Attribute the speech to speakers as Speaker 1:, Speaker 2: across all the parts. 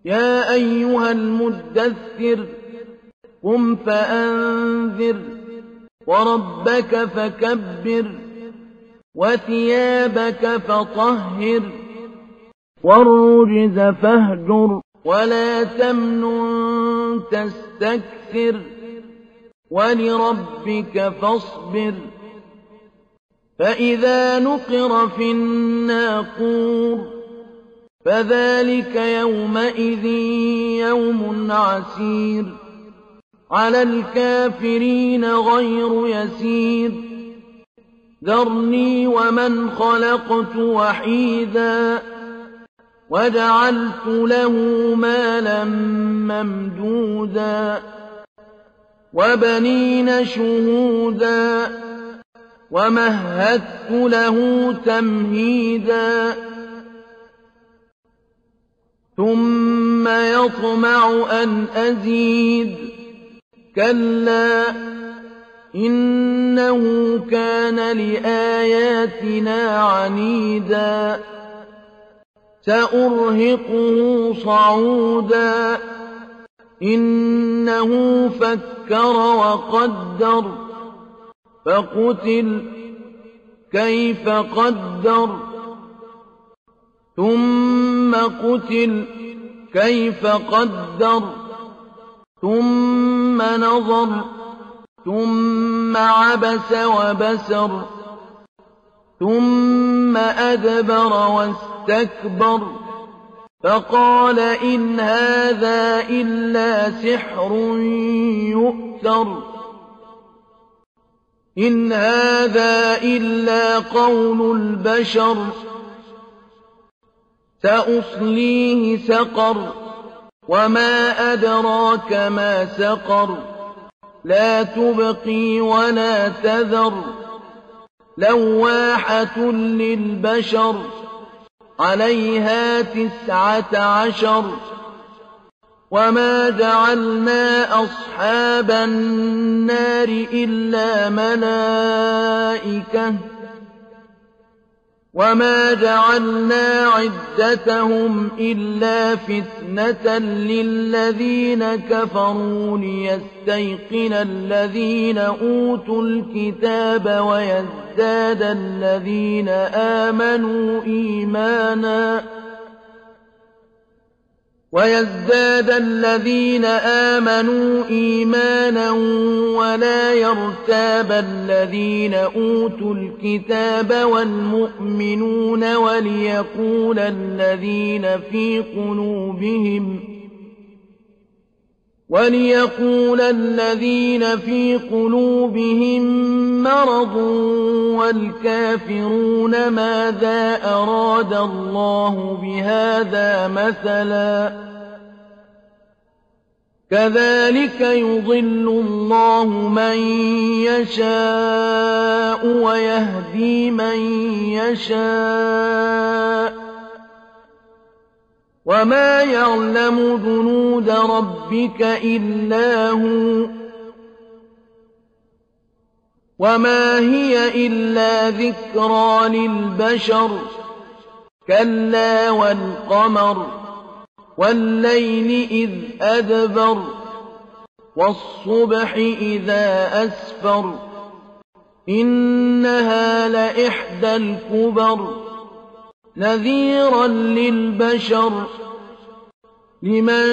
Speaker 1: يا أيها المدثر قم فأنذر وربك فكبر وثيابك فطهر والرجز فاهجر ولا تمنن تستكثر ولربك فاصبر فإذا نقر في الناقور فذلك يومئذ يوم عسير على الكافرين غير يسير ذرني ومن خلقت وحيدا وجعلت له مالا ممدودا وبنين شهودا ومهدت له تمهيدا ثم يطمع أن أزيد كلا إنه كان لآياتنا عنيدا سأرهقه صعودا إنه فكر وقدر فقتل كيف قدر ثم قتل كيف قدر ثم نظر ثم عبس وبسر ثم أدبر واستكبر فقال إن هذا إلا سحر يؤثر إن هذا إلا قول البشر سأصليه سقر وما أدراك ما سقر لا تبقي ولا تذر لواحة للبشر عليها 19 وما جعلنا أصحاب النار إلا ملائكة وما جعلنا عدتهم إلا فتنة للذين كفروا ليستيقن الذين أوتوا الكتاب ويزداد الذين آمنوا إيمانا ولا يرتاب الذين أوتوا الكتاب والمؤمنون وليقول الذين في قلوبهم مرض والكافرون ماذا أراد الله بهذا مثلا كذلك يضل الله من يشاء ويهدي من يشاء وما يعلم جنود ربك إلا هو وما هي إلا ذكرى للبشر كلا والقمر والليل إذ أدبر والصبح إذا أسفر إنها لإحدى الكبر نذيرا للبشر لمن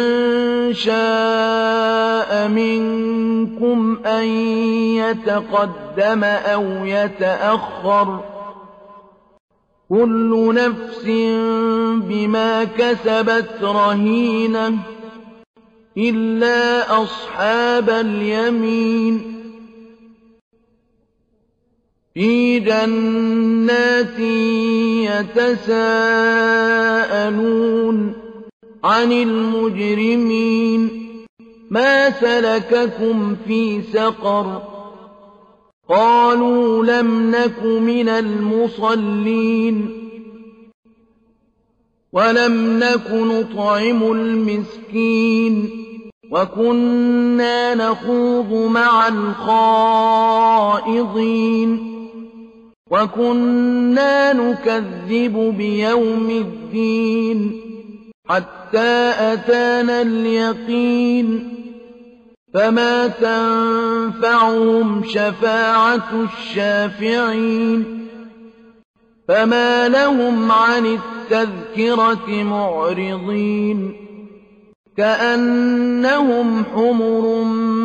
Speaker 1: شاء منكم أن يتقدم أو يتأخر كل نفس بما كسبت رهينة إلا أصحاب اليمين في جنات يتساءلون عن المجرمين ما سلككم في سقر قالوا لم نك من المصلين ولم نك نطعم المسكين وكنا نخوض مع الخائضين وكنا نكذب بيوم الدين حتى أتانا اليقين فما تنفعهم شفاعة الشافعين فما لهم عن التذكرة معرضين كأنهم حمر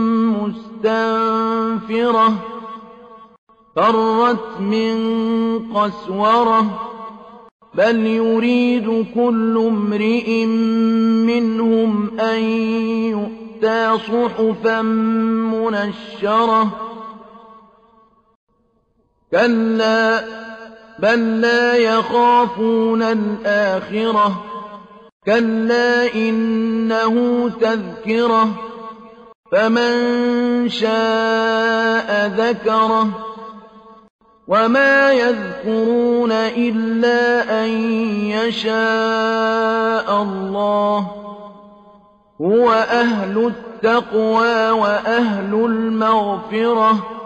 Speaker 1: مستنفرة فرت من قسورة بل يريد كل امرئ منهم أن يؤتى صحفا منشرة كلا بل لا يخافون الآخرة كلا إنه تذكرة فمن شاء ذكره وما يذكرون إلا أن يشاء الله هو أهل التقوى وأهل المغفرة